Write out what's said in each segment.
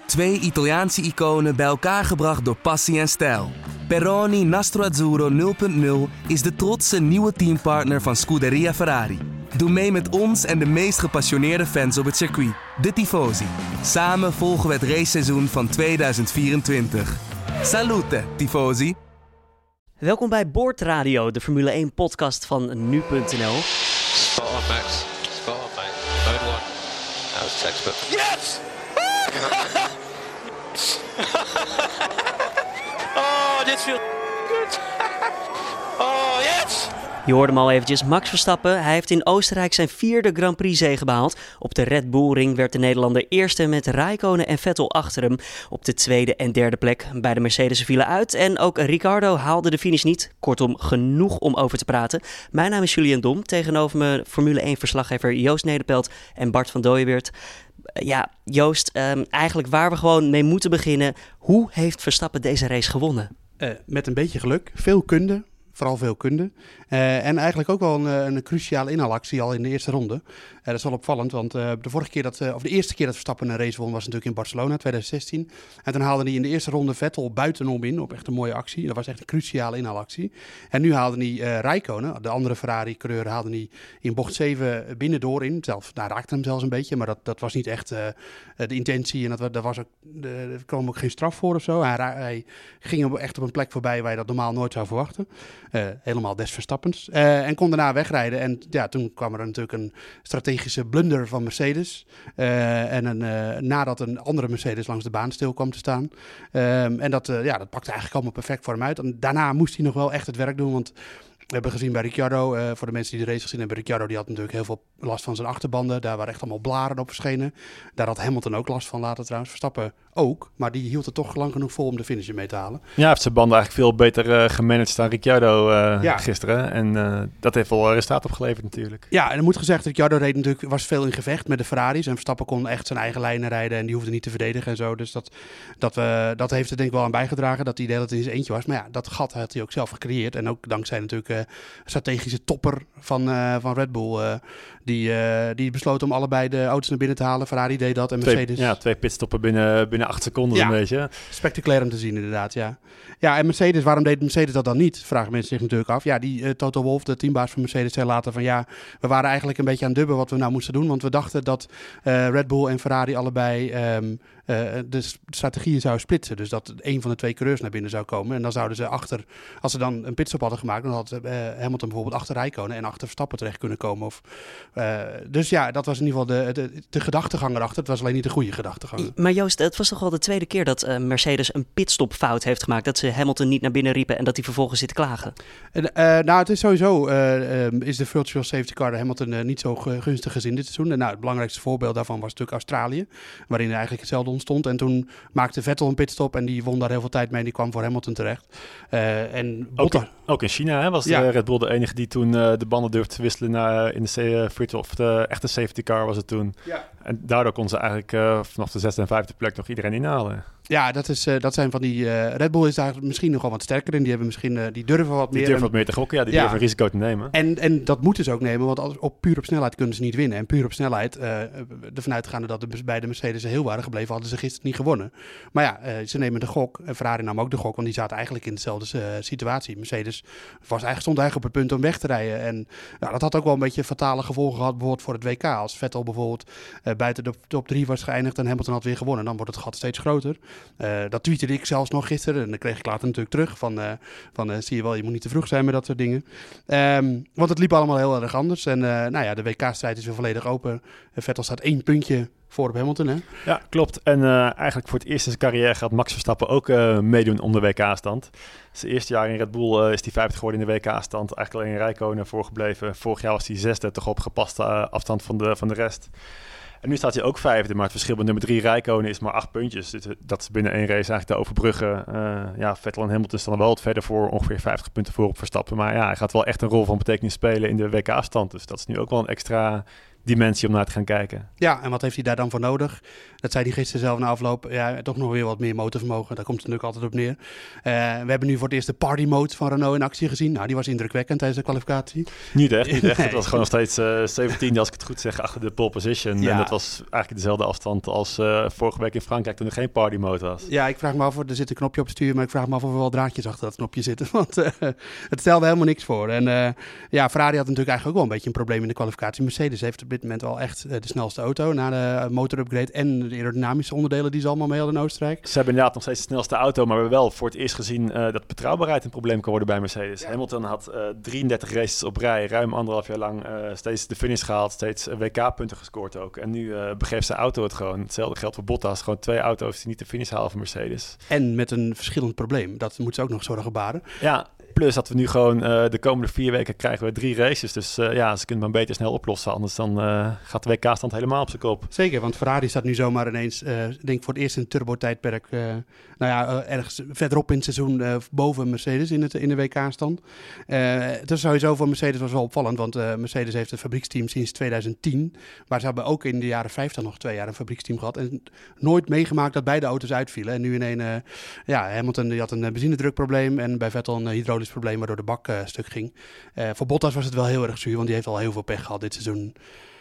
Twee Italiaanse iconen bij elkaar gebracht door passie en stijl. Peroni Nastro Azzurro 0.0 is de trotse nieuwe teampartner van Scuderia Ferrari. Doe mee met ons en de meest gepassioneerde fans op het circuit, de Tifosi. Samen volgen we het raceseizoen van 2024. Salute, Tifosi! Welkom bij Boordradio, de Formule 1-podcast van nu.nl. Spot on, Max. Spot on, mate. Mode 1. That was textbook. Yes! Oh, dit feels good. Oh, yes! Je hoorde hem al eventjes, Max Verstappen. Hij heeft in Oostenrijk zijn 4e Grand Prix-zege behaald. Op de Red Bull Ring werd de Nederlander eerste met Räikkönen en Vettel achter hem. Op de 2e en 3e plek. Beide Mercedes vielen uit en ook Ricciardo haalde de finish niet. Kortom, genoeg om over te praten. Mijn naam is Julian Dom, tegenover me Formule 1-verslaggever Joost Nederpelt en Bart van Dooyeweert. Ja, Joost, eigenlijk waar we gewoon mee moeten beginnen. Hoe heeft Verstappen deze race gewonnen? Met een beetje geluk, veel kunde. Vooral veel kunde. En eigenlijk ook wel een cruciale inhaalactie al in de eerste ronde. Dat is wel opvallend, want de eerste keer dat Verstappen een race won was natuurlijk in Barcelona 2016. En toen haalde hij in de eerste ronde Vettel buitenom in op echt een mooie actie. Dat was echt een cruciale inhaalactie. En nu haalde hij Räikkönen, de andere Ferrari-coureur, haalde hij in bocht 7 binnendoor in. Raakte hem zelfs een beetje, maar dat was niet echt de intentie. En er kwam ook geen straf voor of zo. Hij ging echt op een plek voorbij waar je dat normaal nooit zou verwachten. Helemaal des Verstappens. En kon daarna wegrijden. En ja, toen kwam er natuurlijk een strategische blunder van Mercedes. Nadat een andere Mercedes langs de baan stil kwam te staan. En dat pakte eigenlijk allemaal perfect voor hem uit. En daarna moest hij nog wel echt het werk doen, want we hebben gezien bij Ricciardo, voor de mensen die de race gezien hebben, Ricciardo die had natuurlijk heel veel last van zijn achterbanden. Daar waren echt allemaal blaren op verschenen. Daar had Hamilton ook last van later trouwens. Verstappen ook, maar die hield het toch lang genoeg vol om de finish mee te halen. Ja, hij heeft zijn banden eigenlijk veel beter gemanaged dan Ricciardo gisteren. En dat heeft wel resultaat opgeleverd natuurlijk. Ja, en er moet gezegd, Ricciardo was veel in gevecht met de Ferraris. En Verstappen kon echt zijn eigen lijnen rijden en die hoefde niet te verdedigen en zo. Dus dat heeft er denk ik wel aan bijgedragen dat hij de hele tijd in zijn eentje was. Maar ja, dat gat had hij ook zelf gecreëerd. En ook dankzij natuurlijk strategische topper van Red Bull. Die besloot om allebei de auto's naar binnen te halen. Ferrari deed dat en Mercedes. 2 pitstoppen binnen 8 seconden een beetje. Spectaculair om te zien inderdaad, ja. Ja, en Mercedes, waarom deed Mercedes dat dan niet? Vragen mensen zich natuurlijk af. Ja, Toto Wolff, de teambaas van Mercedes, zei later van ja, we waren eigenlijk een beetje aan het dubben wat we nou moesten doen. Want we dachten dat Red Bull en Ferrari allebei de strategieën zouden splitsen. Dus dat een van de 2 coureurs naar binnen zou komen. En dan zouden ze als ze dan een pitstop hadden gemaakt, dan had Hamilton bijvoorbeeld achter Räikkönen en achter Verstappen terecht kunnen komen. Dus ja, dat was in ieder geval de gedachtegang erachter. Het was alleen niet de goede gedachtegang. Maar Joost, het was toch al de 2e keer dat Mercedes een pitstopfout heeft gemaakt. Dat ze Hamilton niet naar binnen riepen en dat hij vervolgens zit te klagen. Het is sowieso, is de virtual safety car Hamilton niet zo gunstig gezien dit seizoen. En het belangrijkste voorbeeld daarvan was natuurlijk Australië, waarin eigenlijk hetzelfde ontstond. En toen maakte Vettel een pitstop en die won daar heel veel tijd mee en die kwam voor Hamilton terecht. Ook in China was de Red Bull de enige die toen de banden durfde te wisselen in de virtual of de echte safety car was het toen. Ja. En daardoor kon ze eigenlijk vanaf de 6e en 5e plek nog iedereen inhalen. Ja, dat zijn van die... Red Bull is daar misschien nog wel wat sterker in. Die hebben die durven wat meer. Die durven wat meer te gokken, die durven risico te nemen. En dat moeten ze ook nemen, want puur op snelheid kunnen ze niet winnen. En puur op snelheid, ervan uitgaande dat bij de Mercedes heel waren gebleven, hadden ze gisteren niet gewonnen. Maar ja, ze nemen de gok. En Ferrari nam ook de gok, want die zaten eigenlijk in dezelfde situatie. Mercedes stond eigenlijk op het punt om weg te rijden. En dat had ook wel een beetje fatale gevolgen gehad, bijvoorbeeld voor het WK. Als Vettel bijvoorbeeld buiten de top 3 was geëindigd en Hamilton had weer gewonnen, dan wordt het gat steeds groter. Dat tweette ik zelfs nog gisteren. En dan kreeg ik later natuurlijk terug van zie je wel, je moet niet te vroeg zijn met dat soort dingen. Want het liep allemaal heel erg anders. En de WK-strijd is weer volledig open. Vettel staat 1 puntje voor op Hamilton, hè? Ja, klopt. En eigenlijk voor het eerst in zijn carrière gaat Max Verstappen ook meedoen om de WK-stand. Zijn eerste jaar in Red Bull is hij 50 geworden in de WK-stand. Eigenlijk alleen Räikkönen voorgebleven. Vorig jaar was hij 6e, toch op gepaste afstand van de rest. En nu staat hij ook 5e, maar het verschil met nummer 3 Räikkönen is maar 8 puntjes. Dus dat is binnen 1 race eigenlijk te overbruggen. Vettel en Hamilton staan er wel wat verder voor, ongeveer 50 punten voor op Verstappen. Maar ja, hij gaat wel echt een rol van betekenis spelen in de WK-stand. Dus dat is nu ook wel een extra dimensie om naar te gaan kijken. Ja, en wat heeft hij daar dan voor nodig? Dat zei hij gisteren zelf na afloop. Ja, toch nog weer wat meer motorvermogen. Daar komt het natuurlijk altijd op neer. We hebben nu voor het eerst de party mode van Renault in actie gezien. Nou, die was indrukwekkend tijdens de kwalificatie. Niet echt. Het was gewoon nog steeds 17, als ik het goed zeg, achter de pole position. Ja. En dat was eigenlijk dezelfde afstand als vorige week in Frankrijk toen er geen party mode was. Ja, ik vraag me af, er zit een knopje op het stuur, maar ik vraag me af of er wel draadjes achter dat knopje zitten. Want het stelde helemaal niks voor. En Ferrari had natuurlijk eigenlijk ook wel een beetje een probleem in de kwalificatie. Mercedes heeft op dit moment wel echt de snelste auto na de motorupgrade en de aerodynamische onderdelen die ze allemaal mee hadden in Oostenrijk. Ze hebben inderdaad nog steeds de snelste auto, maar we hebben wel voor het eerst gezien dat betrouwbaarheid een probleem kan worden bij Mercedes. Ja. Hamilton had 33 races op rij, ruim 1,5 jaar lang steeds de finish gehaald, steeds WK-punten gescoord ook. En nu begeeft zijn auto het gewoon. Hetzelfde geldt voor Bottas, gewoon 2 auto's die niet de finish halen van Mercedes. En met een verschillend probleem, dat moeten ze ook nog zorgen baren. Ja. Plus dat we nu gewoon de komende 4 weken krijgen we 3 races. Dus ze kunnen het maar beter snel oplossen. Anders dan gaat de WK-stand helemaal op zijn kop. Zeker, want Ferrari staat nu zomaar ineens, denk voor het eerst in het turbo-tijdperk, ergens verderop in het seizoen boven Mercedes in de WK-stand. Het is sowieso voor Mercedes was wel opvallend, want Mercedes heeft een fabrieksteam sinds 2010. Maar ze hebben ook in de jaren 50 nog 2 jaar een fabrieksteam gehad. En nooit meegemaakt dat beide auto's uitvielen. En nu ineens, Hamilton die had een benzinedrukprobleem en bij Vettel een hydraulisch probleem waardoor de bak stuk ging. Voor Bottas was het wel heel erg zuur, want die heeft al heel veel pech gehad dit seizoen.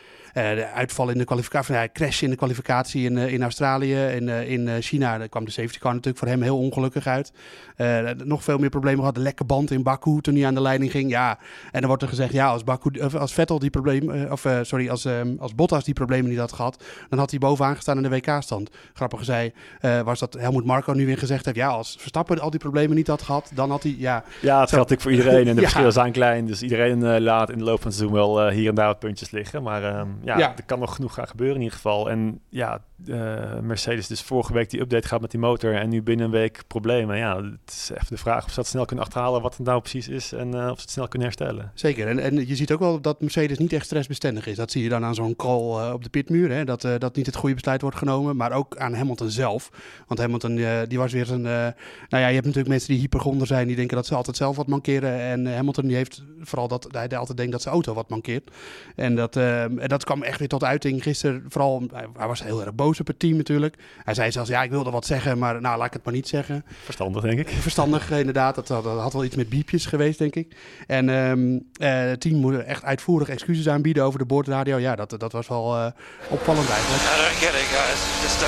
De uitval in de kwalificatie, crash in de kwalificatie in Australië. In China kwam de safety car natuurlijk voor hem heel ongelukkig uit. Nog veel meer problemen gehad. De lekke band in Baku toen hij aan de leiding ging. Ja, en dan wordt er gezegd, ja, als Vettel die probleem, als Bottas die problemen niet had gehad, dan had hij bovenaan gestaan in de WK-stand. Grappig zei, was dat Helmut Marko nu weer gezegd heeft, ja, als Verstappen al die problemen niet had gehad, dan had hij, Ja, het geldt natuurlijk voor iedereen en de verschillen zijn klein. Dus iedereen laat in de loop van het seizoen wel hier en daar wat puntjes liggen. Maar er kan nog genoeg gaan gebeuren in ieder geval. En ja, Mercedes dus vorige week die update gaat met die motor en nu binnen een week problemen. Ja, het is even de vraag of ze dat snel kunnen achterhalen wat het nou precies is en of ze het snel kunnen herstellen. Zeker. En je ziet ook wel dat Mercedes niet echt stressbestendig is. Dat zie je dan aan zo'n call op de pitmuur. Hè? Dat niet het goede besluit wordt genomen. Maar ook aan Hamilton zelf. Want Hamilton die was weer zijn... je hebt natuurlijk mensen die hypergonder zijn. Die denken dat ze altijd zelf wat mankeren. En Hamilton die heeft vooral dat hij altijd denkt dat zijn auto wat mankeert. En dat kwam echt weer tot uiting gisteren. Vooral, hij was heel erg boos op het team natuurlijk. Hij zei zelfs, ja, ik wilde wat zeggen, maar laat ik het maar niet zeggen. Verstandig, denk ik. Verstandig, inderdaad. Dat had wel iets met biepjes geweest, denk ik. En het team moet echt uitvoerig excuses aanbieden over de boordradio. Ja, dat was wel opvallend eigenlijk. I don't get it, guys.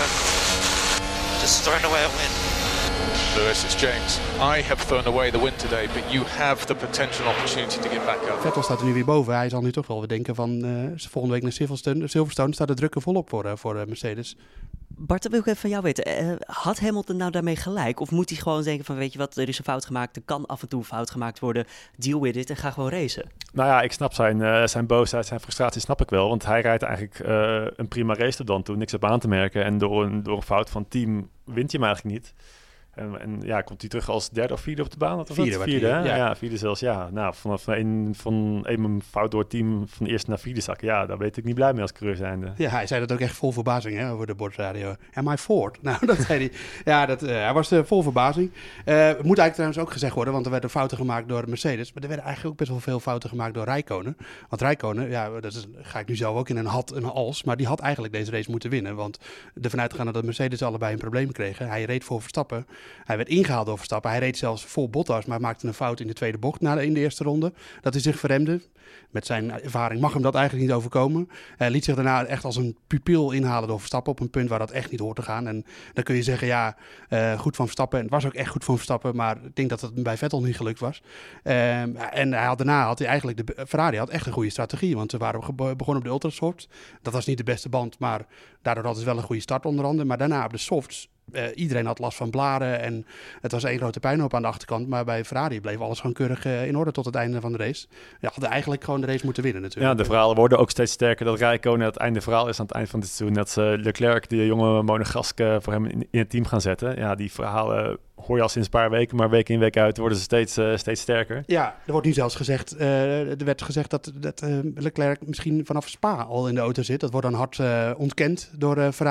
Just throwing away a win. Lewis, it's James. I have thrown away the win today, but you have the potential opportunity to get back up. Vettel staat er nu weer boven. Hij zal nu toch wel weer denken van volgende week naar Silverstone staat de druk er volop voor Mercedes. Bart, dat wil ik even van jou weten. Had Hamilton nou daarmee gelijk? Of moet hij gewoon denken van, weet je wat, er is een fout gemaakt. Er kan af en toe een fout gemaakt worden. Deal with it en ga gewoon racen. Nou ja, ik snap zijn boosheid, zijn frustratie snap ik wel. Want hij rijdt eigenlijk een prima race tot dan toe. Niks op aan te merken. En door een fout van het team wint hij hem eigenlijk niet. En komt hij terug als derde of vierde op de baan? Vierde, hè? Ja, vierde zelfs, ja. Nou, vanaf een fout door het team van eerste naar vierde zakken. Ja, daar weet ik niet blij mee als coureur zijnde. Ja, hij zei dat ook echt vol verbazing, hè, over de bordradio. Am I fourth? Nou, dat zei hij. Ja, hij was vol verbazing. Moet eigenlijk trouwens ook gezegd worden, want er werden fouten gemaakt door Mercedes. Maar er werden eigenlijk ook best wel veel fouten gemaakt door Räikkönen. Want Räikkönen, ga ik nu zelf ook in een had en een als. Maar die had eigenlijk deze race moeten winnen. Want ervan uitgegaan dat Mercedes allebei een probleem kregen. Hij reed voor Verstappen. Hij werd ingehaald door Verstappen. Hij reed zelfs vol Bottas, maar maakte een fout in de tweede bocht in de eerste ronde. Dat hij zich verremde. Met zijn ervaring mag hem dat eigenlijk niet overkomen. Hij liet zich daarna echt als een pupil inhalen door Verstappen op een punt waar dat echt niet hoort te gaan. En dan kun je zeggen, goed van Verstappen. En het was ook echt goed van Verstappen, maar ik denk dat het bij Vettel niet gelukt was. En daarna had hij eigenlijk, Ferrari had echt een goede strategie, want ze waren begonnen op de ultrasofts. Dat was niet de beste band, maar daardoor hadden ze wel een goede start onder andere. Maar daarna op de softs, iedereen had last van blaren en het was één grote puinhoop aan de achterkant. Maar bij Ferrari bleef alles gewoon keurig in orde tot het einde van de race. Ja, hadden eigenlijk gewoon de race moeten winnen natuurlijk. Ja, de verhalen worden ook steeds sterker dat Räikkönen het einde verhaal is aan het eind van dit seizoen. Dat ze Leclerc, de jonge Monegask, voor hem in het team gaan zetten. Ja, die verhalen hoor je al sinds een paar weken, maar week in week uit worden ze steeds sterker. Ja, er wordt nu zelfs gezegd, er werd gezegd dat Leclerc misschien vanaf Spa al in de auto zit. Dat wordt dan hard ontkend door Ferrari.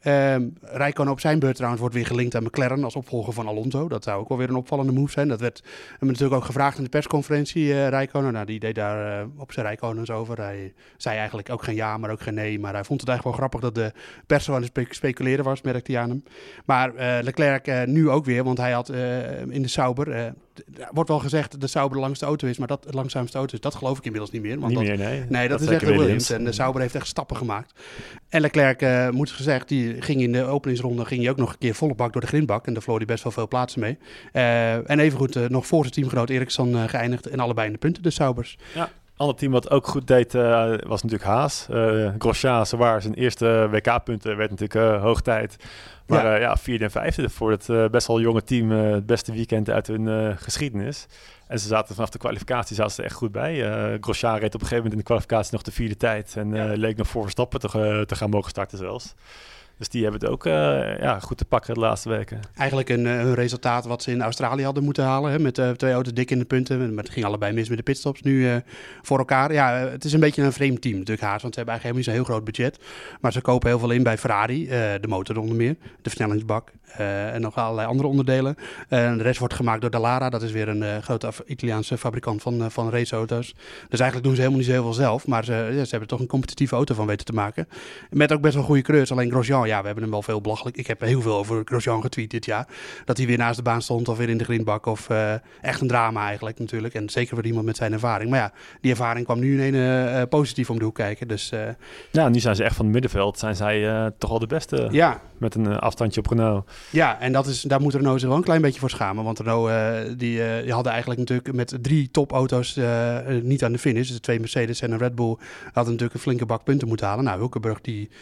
Räikkönen op zijn beurt trouwens wordt weer gelinkt aan McLaren als opvolger van Alonso. Dat zou ook wel weer een opvallende move zijn. Dat werd hem natuurlijk ook gevraagd in de persconferentie, Räikkönen. Nou, die deed daar op zijn Räikkönens over. Hij zei eigenlijk ook geen ja, maar ook geen nee. Maar hij vond het eigenlijk wel grappig dat de pers zo aan het speculeren was, merkte hij aan hem. Maar Leclerc nu ook weer, want hij had in de Sauber... wordt wel gezegd de Sauber de langste auto is, maar dat het langzaamste auto is, dat geloof ik inmiddels niet meer. Want nee, dat is echt de Williams. En de Sauber heeft echt stappen gemaakt. En Leclerc, moet gezegd, die ging in de openingsronde ook nog een keer volle bak door de grindbak. En daar verloor hij best wel veel plaatsen mee. En evengoed nog voor zijn teamgenoot Ericsson geëindigd en allebei in de punten, de Saubers. Ja. Ander team wat ook goed deed was natuurlijk Haas. Grosjean, zowaar zijn eerste WK-punten werd natuurlijk hoog tijd. Maar vierde en vijfde voor het best wel jonge team. Het beste weekend uit hun geschiedenis. En ze zaten vanaf de kwalificatie zaten ze echt goed bij. Grosjean reed op een gegeven moment in de kwalificatie nog de vierde tijd. En leek nog voor Verstappen te gaan mogen starten zelfs. Dus die hebben het ook goed te pakken de laatste weken. Eigenlijk een resultaat wat ze in Australië hadden moeten halen. Hè, met 2 auto's dik in de punten. Maar het ging allebei mis met de pitstops nu voor elkaar. Ja, het is een beetje een vreemd team natuurlijk Haas. Want ze hebben eigenlijk helemaal niet zo'n heel groot budget. Maar ze kopen heel veel in bij Ferrari. De motor onder meer. De versnellingsbak. En nog allerlei andere onderdelen. De rest wordt gemaakt door Dallara. Dat is weer een grote Italiaanse fabrikant van raceauto's. Dus eigenlijk doen ze helemaal niet zo heel veel zelf. Maar ze hebben er toch een competitieve auto van weten te maken. Met ook best wel goede coureurs. Alleen Grosjean, we hebben hem wel veel belachelijk. Ik heb heel veel over Grosjean getweet dit jaar. Dat hij weer naast de baan stond of weer in de grindbak. Of echt een drama eigenlijk natuurlijk. En zeker voor iemand met zijn ervaring. Maar ja, die ervaring kwam nu ineens positief om de hoek kijken. Dus, nu zijn ze echt van het middenveld. Zijn zij toch al de beste. Ja. Met een afstandje op Renault. Ja, en daar moet Renault zich wel een klein beetje voor schamen. Want Renault die hadden eigenlijk natuurlijk met 3 topauto's niet aan de finish. Dus 2 Mercedes en een Red Bull hadden natuurlijk een flinke bak punten moeten halen. Nou, Hülkenberg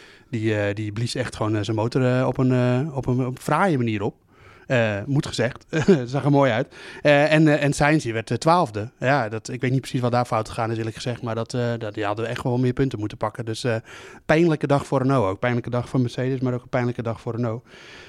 die blies echt gewoon zijn motor op een fraaie manier op. Moet gezegd. Dat zag er mooi uit. En Sainz werd 12e. Ja, ik weet niet precies wat daar fout gegaan is eerlijk gezegd. Maar die hadden echt wel meer punten moeten pakken. Dus pijnlijke dag voor Renault ook. Pijnlijke dag voor Mercedes, maar ook een pijnlijke dag voor Renault.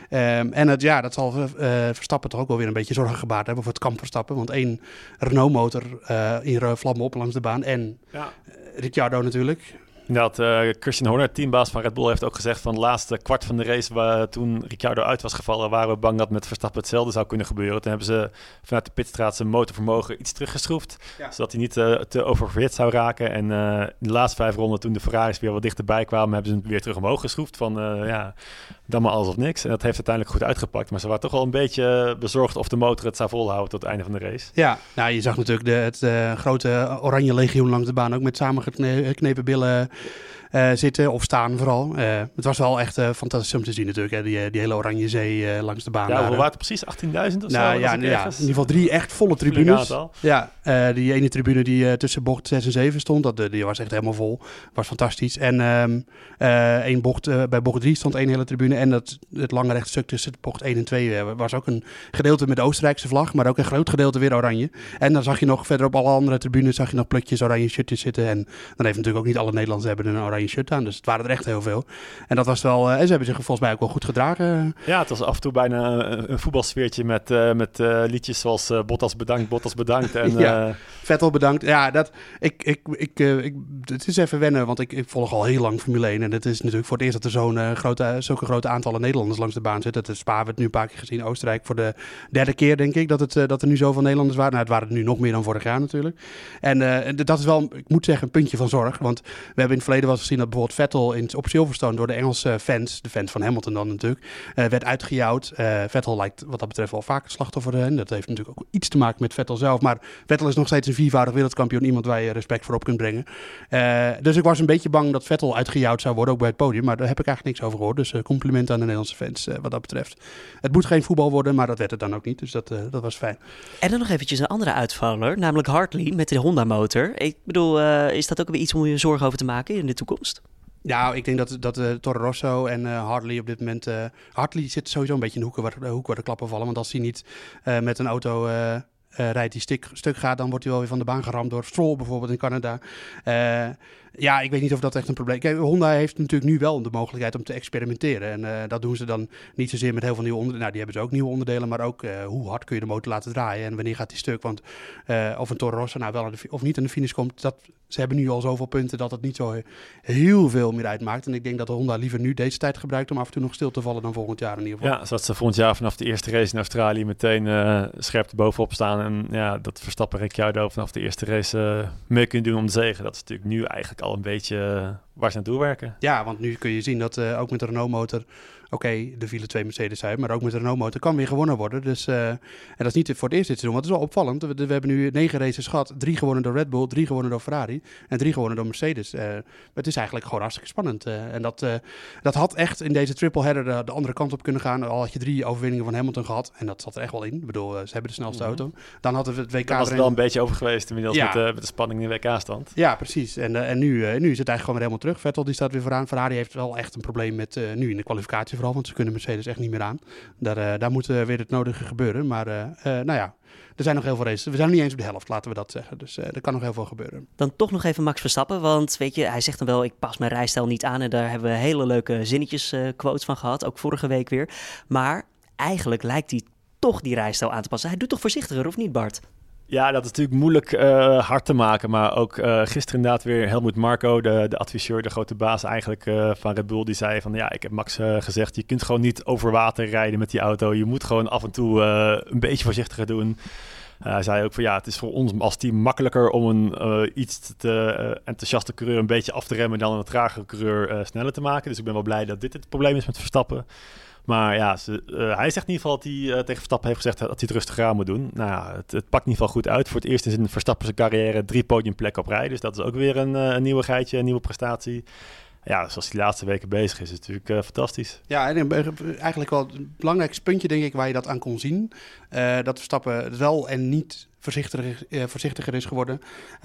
Dat zal Verstappen toch ook wel weer een beetje zorgen gebaard hebben voor het kamp Verstappen. Want 1 Renault motor in vlammen op langs de baan. En Ricciardo natuurlijk. Inderdaad, Christian Horner, teambaas van Red Bull, heeft ook gezegd van de laatste kwart van de race, toen Ricciardo uit was gevallen, waren we bang dat met Verstappen hetzelfde zou kunnen gebeuren. Toen hebben ze vanuit de pitstraat zijn motorvermogen iets teruggeschroefd, zodat hij niet te oververhit zou raken. En in de laatste 5 ronden, toen de Ferraris weer wat dichterbij kwamen, hebben ze hem weer terug omhoog geschroefd van dan maar alles of niks. En dat heeft uiteindelijk goed uitgepakt. Maar ze waren toch wel een beetje bezorgd of de motor het zou volhouden tot het einde van de race. Ja, nou, je zag natuurlijk het grote oranje legioen langs de baan ook met samengeknepen billen zitten of staan vooral. Het was wel echt fantastisch om te zien natuurlijk. Hè? Die hele oranje zee langs de baan. Ja, hoeveel waren het precies? 18.000 of zo? In ieder geval 3 echt volle tribunes. Ja, die ene tribune die tussen bocht 6 en 7 stond, die was echt helemaal vol. Was fantastisch. En één bocht, bij bocht 3 stond 1 hele tribune. En het lange rechtstuk tussen bocht 1 en 2 was ook een gedeelte met de Oostenrijkse vlag, maar ook een groot gedeelte weer oranje. En dan zag je nog verder op alle andere tribunes zag je nog plukjes oranje shirtjes zitten. En dan heeft natuurlijk ook niet alle Nederlanders hebben een oranje shirt aan. Dus het waren er echt heel veel. En dat was wel. En ze hebben zich volgens mij ook wel goed gedragen. Ja, het was af en toe bijna een voetbalsfeertje met liedjes zoals Bottas bedankt. En, Vettel bedankt. Ja, het is even wennen, want ik volg al heel lang Formule 1. En het is natuurlijk voor het eerst dat er zulke grote aantallen Nederlanders langs de baan zitten. Spa hebben we het nu een paar keer gezien. Oostenrijk voor de 3e keer, denk ik, dat er nu zoveel Nederlanders waren. Nou, het waren er nu nog meer dan vorig jaar natuurlijk. En dat is wel, ik moet zeggen, een puntje van zorg. Want we hebben in het verleden wel eens gezien dat bijvoorbeeld Vettel op Silverstone door de Engelse fans, de fans van Hamilton dan natuurlijk, werd uitgejouwd. Vettel lijkt wat dat betreft wel vaak het slachtoffer. En dat heeft natuurlijk ook iets te maken met Vettel zelf. Maar Vettel is nog steeds een 4-voudig wereldkampioen. Iemand waar je respect voor op kunt brengen. Dus ik was een beetje bang dat Vettel uitgejouwd zou worden, ook bij het podium. Maar daar heb ik eigenlijk niks over gehoord. Dus compliment aan de Nederlandse fans wat dat betreft. Het moet geen voetbal worden, maar dat werd het dan ook niet. Dus dat was fijn. En dan nog eventjes een andere uitvaller, namelijk Hartley met de Honda-motor. Ik bedoel, is dat ook weer iets om je zorgen over te maken in de toekomst? Ja, ik denk dat Toro Rosso en Hartley op dit moment... Hartley zit sowieso een beetje in de hoek waar de klappen vallen. Want als hij niet met een auto rijdt die stuk gaat, dan wordt hij wel weer van de baan geramd door Stroll bijvoorbeeld in Canada. Ja, ik weet niet of dat echt een probleem is. Kijk, Honda heeft natuurlijk nu wel de mogelijkheid om te experimenteren. En dat doen ze dan niet zozeer met heel veel nieuwe onderdelen. Nou, die hebben ze ook nieuwe onderdelen, maar ook hoe hard kun je de motor laten draaien en wanneer gaat die stuk. Want of een Toro Rosso nou wel of niet aan de finish komt, ze hebben nu al zoveel punten dat het niet zo heel veel meer uitmaakt. En ik denk dat de Honda liever nu deze tijd gebruikt om af en toe nog stil te vallen dan volgend jaar in ieder geval. Ja, zodat ze volgend jaar vanaf de eerste race in Australië meteen scherp erbovenop staan. En ja, dat Verstappen Ricciardo vanaf de eerste race mee kunnen doen om de zege. Dat is natuurlijk nu eigenlijk al een beetje waar ze naartoe werken. Ja, want nu kun je zien dat ook met de Renault-motor... Oké, er vielen 2 Mercedes uit, maar ook met de Renault-motor kan weer gewonnen worden. Dus, en dat is niet voor het eerst dit seizoen, want het is wel opvallend. We hebben nu 9 races gehad, 3 gewonnen door Red Bull, 3 gewonnen door Ferrari en 3 gewonnen door Mercedes. Het is eigenlijk gewoon hartstikke spannend. En dat had echt in deze tripleheader de andere kant op kunnen gaan. Al had je 3 overwinningen van Hamilton gehad en dat zat er echt wel in. Ik bedoel, ze hebben de snelste auto. Dan hadden we het WK... Dat was er wel een beetje over geweest inmiddels met de spanning in de WK-stand. Ja, precies. En nu is het eigenlijk gewoon weer helemaal terug. Vettel die staat weer vooraan. Ferrari heeft wel echt een probleem met nu in de kwalificatie vooral, want ze kunnen Mercedes echt niet meer aan. Daar moet weer het nodige gebeuren. Maar nou ja, er zijn nog heel veel races. We zijn nog niet eens op de helft, laten we dat zeggen. Dus er kan nog heel veel gebeuren. Dan toch nog even Max Verstappen. Want weet je, hij zegt dan wel, ik pas mijn rijstijl niet aan. En daar hebben we hele leuke zinnetjes, quotes van gehad. Ook vorige week weer. Maar eigenlijk lijkt hij toch die rijstijl aan te passen. Hij doet toch voorzichtiger, of niet, Bart? Ja, dat is natuurlijk moeilijk hard te maken. Maar ook gisteren inderdaad weer Helmut Marko, de adviseur, de grote baas eigenlijk van Red Bull. Die zei van, ja, ik heb Max gezegd, je kunt gewoon niet over water rijden met die auto. Je moet gewoon af en toe een beetje voorzichtiger doen. Hij zei ook van, ja, het is voor ons als team makkelijker om een iets te enthousiaste coureur een beetje af te remmen dan een tragere coureur sneller te maken. Dus ik ben wel blij dat dit het probleem is met Verstappen. Maar ja, hij zegt in ieder geval dat hij tegen Verstappen heeft gezegd dat hij het rustig aan moet doen. Nou ja, het pakt in ieder geval goed uit. Voor het eerst in zijn Verstappen zijn carrière 3 podiumplekken op rij. Dus dat is ook weer een nieuwigheidje, een nieuwe prestatie. Ja, zoals hij de laatste weken bezig is natuurlijk fantastisch. Ja, en eigenlijk wel het belangrijkste puntje denk ik waar je dat aan kon zien. Dat Verstappen wel en niet voorzichtiger is geworden.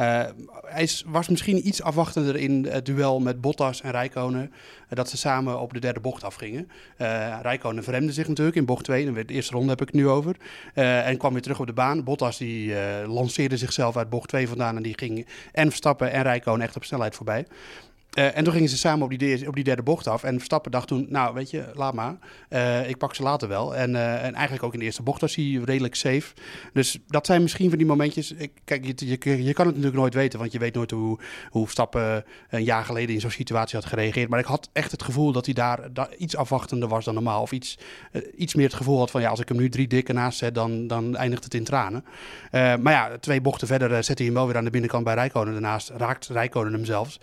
Hij was misschien iets afwachtender in het duel met Bottas en Räikkönen. Dat ze samen op de derde bocht afgingen. Räikkönen verremde zich natuurlijk in bocht 2. De eerste ronde heb ik het nu over. En kwam weer terug op de baan. Bottas die lanceerde zichzelf uit bocht 2 vandaan. En die ging en Verstappen en Räikkönen echt op snelheid voorbij. En toen gingen ze samen op die derde bocht af. En Verstappen dacht toen, nou weet je, laat maar. Ik pak ze later wel. En eigenlijk ook in de eerste bocht was hij redelijk safe. Dus dat zijn misschien van die momentjes. Kijk, je kan het natuurlijk nooit weten. Want je weet nooit hoe Verstappen een jaar geleden in zo'n situatie had gereageerd. Maar ik had echt het gevoel dat hij daar iets afwachtender was dan normaal. Of iets meer het gevoel had van, ja, als ik hem nu 3 dikke naast zet, dan eindigt het in tranen. Maar ja, 2 bochten verder zette hij hem wel weer aan de binnenkant bij Räikkönen. Daarnaast raakt Räikkönen hem zelfs.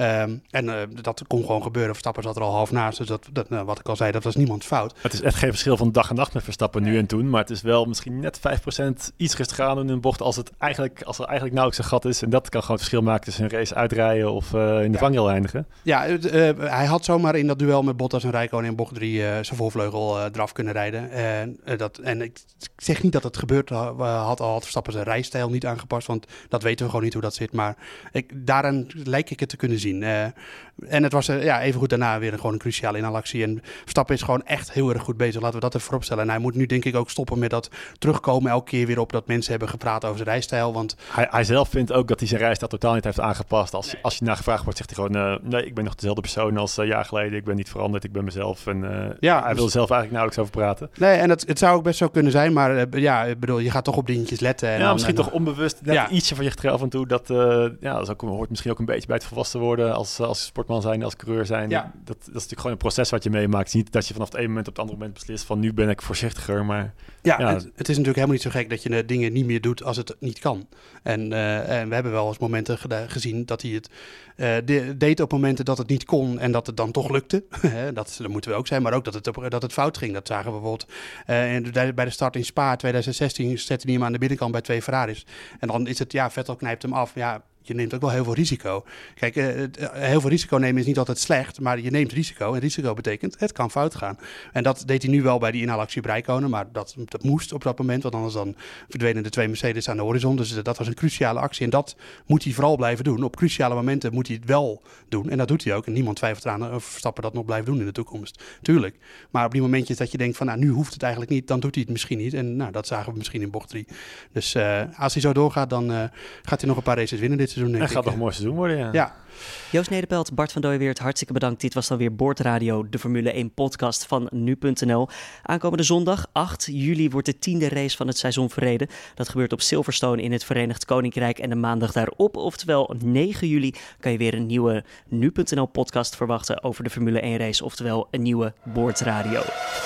En dat kon gewoon gebeuren. Verstappen zat er al half naast. Dus wat ik al zei, dat was niemands fout. Het is echt geen verschil van dag en nacht met Verstappen nu en toen. Maar het is wel misschien net 5% iets rustiger aan doen in een bocht als er eigenlijk nauwelijks een gat is. En dat kan gewoon het verschil maken tussen een race uitrijden of in de vangrail eindigen. Ja, hij had zomaar in dat duel met Bottas en Räikkönen in bocht 3 zijn voorvleugel eraf kunnen rijden. En ik zeg niet dat het gebeurd had Verstappen zijn rijstijl niet aangepast. Want dat weten we gewoon niet hoe dat zit. Maar daaraan lijkt ik het te kunnen zien. En het was even goed daarna weer gewoon een cruciale inhaalactie. En Verstappen is gewoon echt heel erg goed bezig. Laten we dat even vooropstellen. En hij moet nu denk ik ook stoppen met dat terugkomen elke keer weer op dat mensen hebben gepraat over zijn rijstijl. Want hij zelf vindt ook dat hij zijn rijstijl totaal niet heeft aangepast. Als je naar gevraagd wordt, zegt hij gewoon, nee, ik ben nog dezelfde persoon als een jaar geleden. Ik ben niet veranderd, ik ben mezelf. En hij wil er zelf eigenlijk nauwelijks over praten. Nee, en het zou ook best zo kunnen zijn. Maar ik bedoel, je gaat toch op dingetjes letten. En misschien toch onbewust ietsje voorzichtiger af en toe. Dat hoort misschien ook een beetje bij het volwassen worden als sportman zijn, als coureur zijn. Ja. Dat is natuurlijk gewoon een proces wat je meemaakt. Het is niet dat je vanaf het ene moment op het andere moment beslist van nu ben ik voorzichtiger, maar... Het is natuurlijk helemaal niet zo gek dat je dingen niet meer doet als het niet kan. En we hebben wel eens momenten gezien dat hij het deed op momenten dat het niet kon en dat het dan toch lukte. Dat moeten we ook zijn, maar ook dat het fout ging. Dat zagen we bijvoorbeeld bij de start in Spa 2016 zette hij hem aan de binnenkant bij 2 Ferraris. En dan is het, Vettel knijpt hem af. Ja, je neemt ook wel heel veel risico. Kijk, heel veel risico nemen is niet altijd slecht, maar je neemt risico. En risico betekent, het kan fout gaan. En dat deed hij nu wel bij die inhaalactie bij Räikkönen, maar dat moest op dat moment, want anders dan verdwenen de 2 Mercedes aan de horizon. Dus dat was een cruciale actie en dat moet hij vooral blijven doen. Op cruciale momenten moet hij het wel doen en dat doet hij ook. En niemand twijfelt eraan of Verstappen dat nog blijft doen in de toekomst. Tuurlijk. Maar op die momentjes dat je denkt van, nu hoeft het eigenlijk niet, dan doet hij het misschien niet. En dat zagen we misschien in bocht 3. Dus als hij zo doorgaat, dan gaat hij nog een paar races winnen dit seizoen, denk ik. Het gaat nog een mooi seizoen worden, ja. Ja. Joost Nederpelt, Bart van Dooyeweert, hartstikke bedankt. Dit was dan weer Boordradio, de Formule 1 podcast van nu.nl. Aankomende zondag, 8 juli, wordt de 10e race van het seizoen verreden. Dat gebeurt op Silverstone in het Verenigd Koninkrijk. En de maandag daarop, oftewel 9 juli, kan je weer een nieuwe nu.nl podcast verwachten over de Formule 1 race. Oftewel een nieuwe Boordradio.